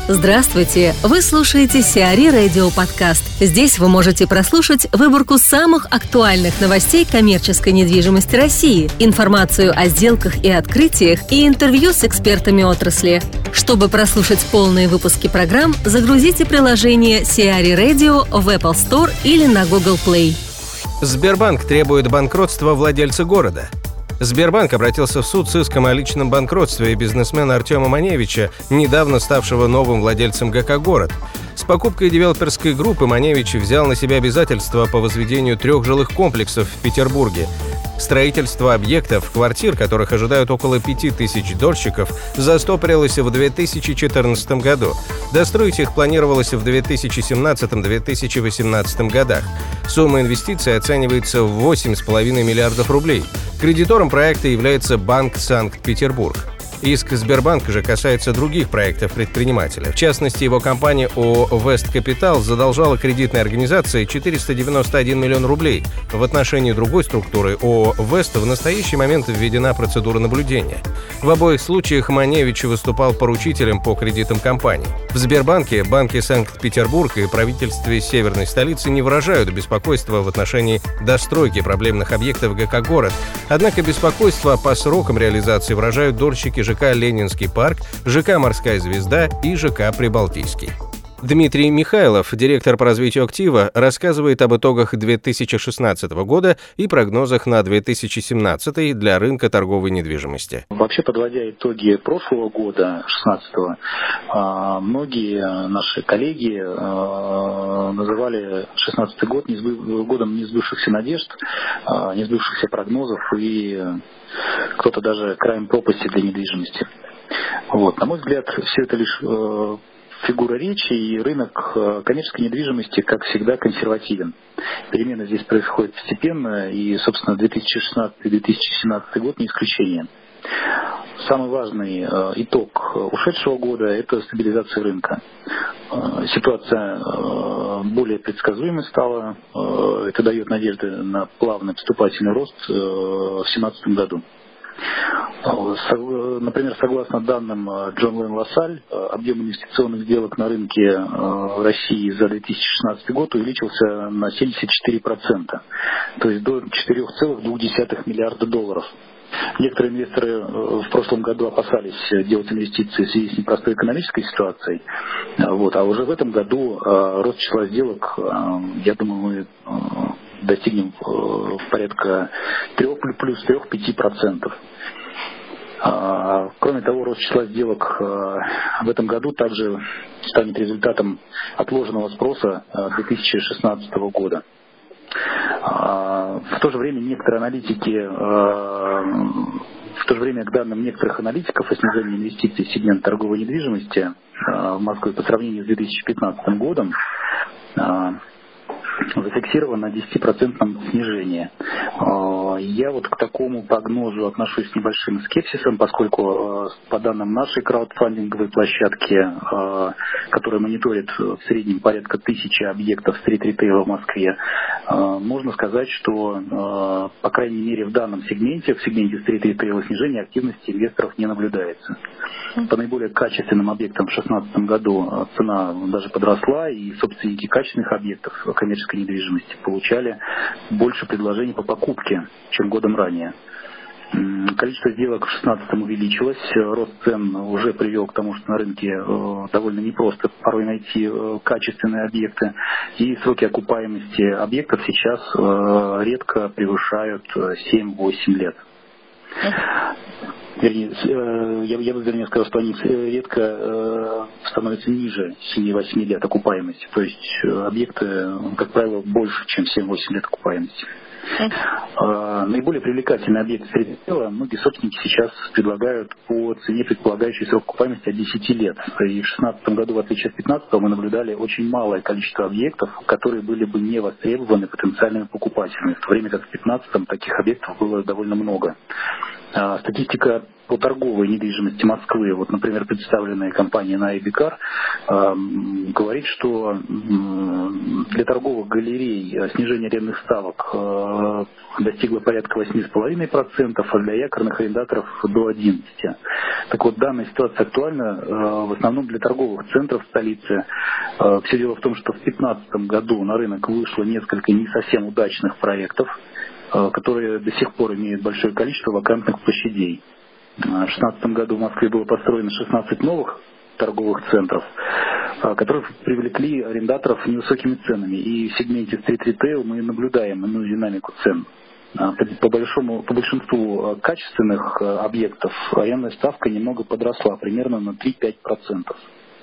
Здравствуйте! Вы слушаете Сиари Радио Подкаст. Здесь вы можете прослушать выборку самых актуальных новостей коммерческой недвижимости России, информацию о сделках и открытиях и интервью с экспертами отрасли. Чтобы прослушать полные выпуски программ, загрузите приложение Сиари Radio в Apple Store или на Google Play. Сбербанк требует банкротства владельца города. Сбербанк обратился в суд с иском о личном банкротстве бизнесмена Артема Маневича, недавно ставшего новым владельцем ГК «Город». С покупкой девелоперской группы Маневич взял на себя обязательства по возведению 3 жилых комплексов в Петербурге. Строительство объектов, квартир, которых ожидают около 5000 дольщиков, застопорилось в 2014 году. Достроить их планировалось в 2017-2018 годах. Сумма инвестиций оценивается в 8,5 миллиардов рублей. Кредитором проекта является Банк Санкт-Петербург. Иск Сбербанка же касается других проектов предпринимателя. В частности, его компания ООО «Вест Капитал» задолжала кредитной организации 491 миллион рублей. В отношении другой структуры ООО «Вест» в настоящий момент введена процедура наблюдения. В обоих случаях Маневич выступал поручителем по кредитам компаний. В Сбербанке, Банке Санкт-Петербург и правительстве северной столицы не выражают беспокойства в отношении достройки проблемных объектов ГК «Город». Однако беспокойство по срокам реализации выражают дольщики ЖК «Ленинский парк», ЖК «Морская звезда» и ЖК «Прибалтийский». Дмитрий Михайлов, директор по развитию актива, рассказывает об итогах 2016 года и прогнозах на 2017 для рынка торговой недвижимости. Вообще, подводя итоги прошлого года, 2016-го, многие наши коллеги называли 2016 год годом несбывшихся надежд, несбывшихся прогнозов и кто-то даже краем пропасти для недвижимости. На мой взгляд, все это лишь фигура речи, и рынок коммерческой недвижимости, как всегда, консервативен. Перемены здесь происходят постепенно, и, собственно, 2016-2017 год не исключение. Самый важный итог ушедшего года – это стабилизация рынка. Ситуация более предсказуемой стала, это дает надежды на плавный поступательный рост в 2017 году. Например, согласно данным Джон Лэн Лассаль, объем инвестиционных сделок на рынке России за 2016 год увеличился на 74%, то есть до 4,2 миллиарда долларов. Некоторые инвесторы в прошлом году опасались делать инвестиции в связи с непростой экономической ситуацией, а уже в этом году рост числа сделок, я думаю, мы достигнем порядка 3-5%. Кроме того, рост числа сделок в этом году также станет результатом отложенного спроса 2016 года. В то же время к данным некоторых аналитиков о снижении инвестиций в сегмент торговой недвижимости в Москве по сравнению с 2015 годом зафиксировано 10% снижение. Я к такому прогнозу отношусь с небольшим скепсисом, поскольку по данным нашей краудфандинговой площадки, которая мониторит в среднем порядка 1000 объектов стрит-ритейла в Москве, можно сказать, что, по крайней мере, в данном сегменте, в сегменте стрит-ритейла, снижения активности инвесторов не наблюдается. По наиболее качественным объектам в 2016 году цена даже подросла, и собственники качественных объектов коммерческой недвижимости получали больше предложений по покупке, чем годом ранее. Количество сделок в 2016 увеличилось, рост цен уже привел к тому, что на рынке довольно непросто порой найти качественные объекты, и сроки окупаемости объектов сейчас редко превышают 7-8 лет. Я бы сказал, что они редко становятся ниже 7-8 лет окупаемости. То есть объекты, как правило, больше, чем 7-8 лет окупаемости. Наиболее привлекательный объект среднего многие собственники сейчас предлагают по цене, предполагающей срок окупаемости от 10 лет. И в 2016 году, в отличие от 2015, мы наблюдали очень малое количество объектов, которые были бы не востребованы потенциальными покупателями, в то время как в 2015 таких объектов было довольно много. Статистика по торговой недвижимости Москвы, вот, например, представленная компанией на IBCAR, говорит, что для торговых галерей снижение арендных ставок достигло порядка 8,5%, а для якорных арендаторов до 11%. Так вот, данная ситуация актуальна в основном для торговых центров столицы. Все дело в том, что в 2015 году на рынок вышло несколько не совсем удачных проектов, которые до сих пор имеют большое количество вакантных площадей. В 2016 году в Москве было построено 16 новых торговых центров, которые привлекли арендаторов невысокими ценами. И в сегменте стрит-ритейл мы наблюдаем иную динамику цен. По большинству качественных объектов арендная ставка немного подросла, примерно на 3-5%.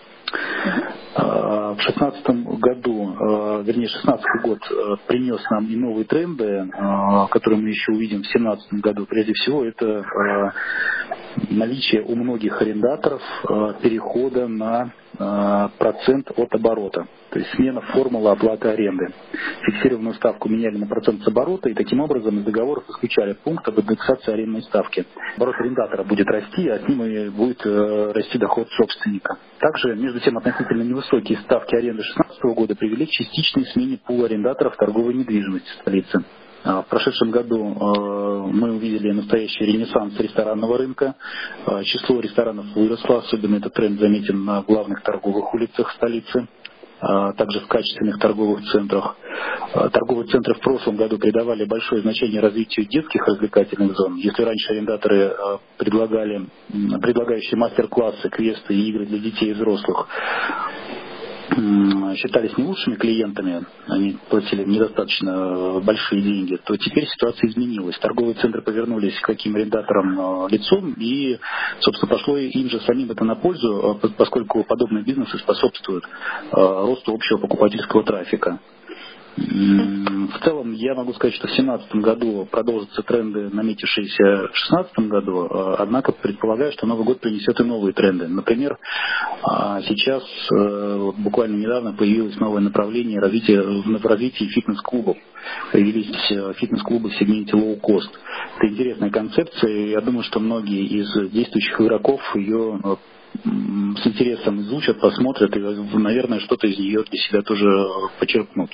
В 2016 году, вернее, 2016 год принес нам и новые тренды, которые мы еще увидим в 2017 году. Прежде всего, это наличие у многих арендаторов перехода на процент от оборота, то есть смена формулы оплаты аренды. Фиксированную ставку меняли на процент с оборота, и таким образом из договоров исключали пункт об индексации арендной ставки. Оборот арендатора будет расти, а с ним и будет расти доход собственника. Также, между тем, относительно невысокие ставки аренды 2016 года привели к частичной смене пула арендаторов торговой недвижимости в столице. В прошедшем году мы увидели настоящий ренессанс ресторанного рынка. Число ресторанов выросло, особенно этот тренд заметен на главных торговых улицах столицы, также в качественных торговых центрах. Торговые центры в прошлом году придавали большое значение развитию детских развлекательных зон. Если раньше арендаторы предлагающие мастер-классы, квесты и игры для детей и взрослых считались не лучшими клиентами, они платили недостаточно большие деньги, то теперь ситуация изменилась. Торговые центры повернулись к таким арендаторам лицом, и, собственно, пошло им же самим это на пользу, поскольку подобные бизнесы способствуют росту общего покупательского трафика. В целом, я могу сказать, что в 2017 году продолжатся тренды, наметившиеся в 2016 году, однако предполагаю, что Новый год принесет и новые тренды. Например, сейчас буквально недавно появилось новое направление в развитии фитнес-клубов. Появились фитнес-клубы в сегменте low-cost. Это интересная концепция, и я думаю, что многие из действующих игроков ее с интересом изучат, посмотрят и, наверное, что-то из нее для себя тоже почерпнут.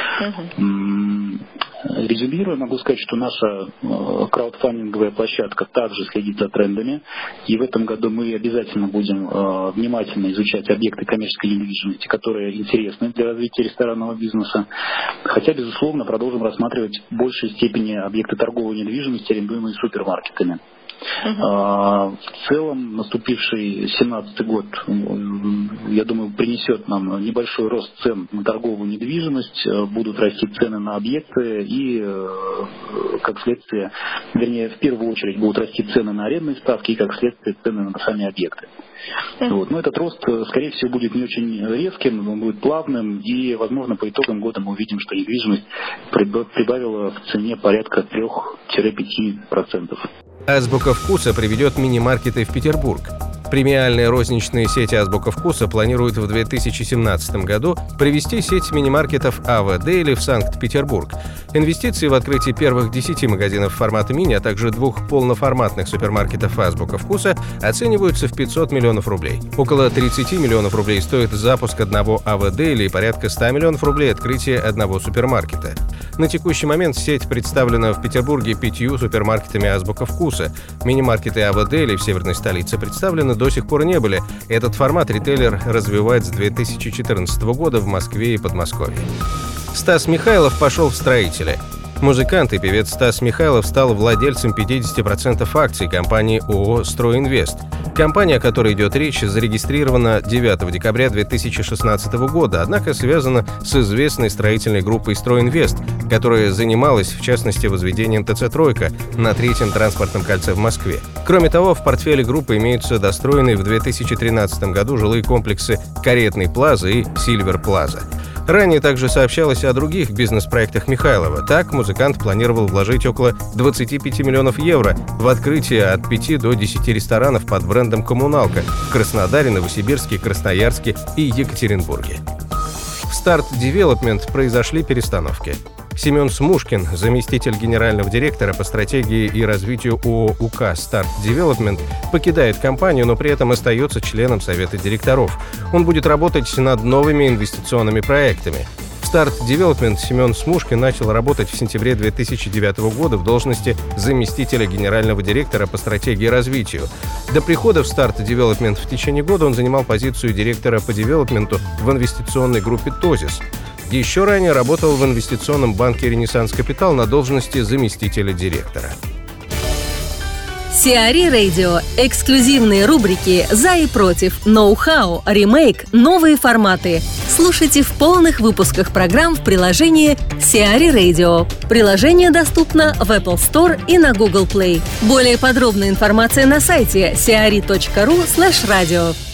Резюмируя, могу сказать, что наша краудфандинговая площадка также следит за трендами, и в этом году мы обязательно будем внимательно изучать объекты коммерческой недвижимости, которые интересны для развития ресторанного бизнеса, хотя, безусловно, продолжим рассматривать в большей степени объекты торговой недвижимости, арендуемые супермаркетами. В целом, наступивший 2017 год, я думаю, принесет нам небольшой рост цен на торговую недвижимость, будут расти цены на объекты и, как следствие, вернее, в первую очередь будут расти цены на арендные ставки и, как следствие, цены на сами объекты. Вот. Но этот рост, скорее всего, будет не очень резким, он будет плавным, и, возможно, по итогам года мы увидим, что недвижимость прибавила в цене порядка 3-5%. Азбука вкуса приведет мини-маркеты в Петербург. Премиальные розничные сети «Азбука вкуса» планируют в 2017 году привести сеть мини-маркетов «АВ Дейли» в Санкт-Петербург. Инвестиции в открытие первых 10 магазинов формата мини, а также 2 полноформатных супермаркетов «Азбука вкуса» оцениваются в 500 миллионов рублей. Около 30 миллионов рублей стоит запуск одного «АВ Дейли» и порядка 100 миллионов рублей открытие одного супермаркета. На текущий момент сеть представлена в Петербурге 5 супермаркетами «Азбука вкуса». Мини-маркеты «АВ Дейли» в северной столице представлены до сих пор не были. Этот формат ритейлер развивает с 2014 года в Москве и Подмосковье. Стас Михайлов пошел в строители. Музыкант и певец Стас Михайлов стал владельцем 50% акций компании ООО «Стройинвест». Компания, о которой идет речь, зарегистрирована 9 декабря 2016 года, однако связана с известной строительной группой «Стройинвест», которая занималась, в частности, возведением ТЦ-тройка на 3-м транспортном кольце в Москве. Кроме того, в портфеле группы имеются достроенные в 2013 году жилые комплексы «Каретный Плаза» и «Сильвер Плаза». Ранее также сообщалось о других бизнес-проектах Михайлова. Так, музыкант планировал вложить около 25 миллионов евро в открытие от 5 до 10 ресторанов под брендом «Коммуналка» в Краснодаре, Новосибирске, Красноярске и Екатеринбурге. В Start Development произошли перестановки. Семен Смушкин, заместитель генерального директора по стратегии и развитию ООО «УК Start Development», покидает компанию, но при этом остается членом совета директоров. Он будет работать над новыми инвестиционными проектами. В Start Development Семен Смушкин начал работать в сентябре 2009 года в должности заместителя генерального директора по стратегии и развитию. До прихода в Start Development в течение года он занимал позицию директора по девелопменту в инвестиционной группе «Тозис». Еще ранее работал в инвестиционном банке «Ренессанс Капитал» на должности заместителя директора. Сиари Радио. Эксклюзивные рубрики «За и против», «Ноу-хау», «Ремейк», «Новые форматы». Слушайте в полных выпусках программ в приложении Сиари Radio. Приложение доступно в Apple Store и на Google Play. Более подробная информация на сайте siari.ru/radio.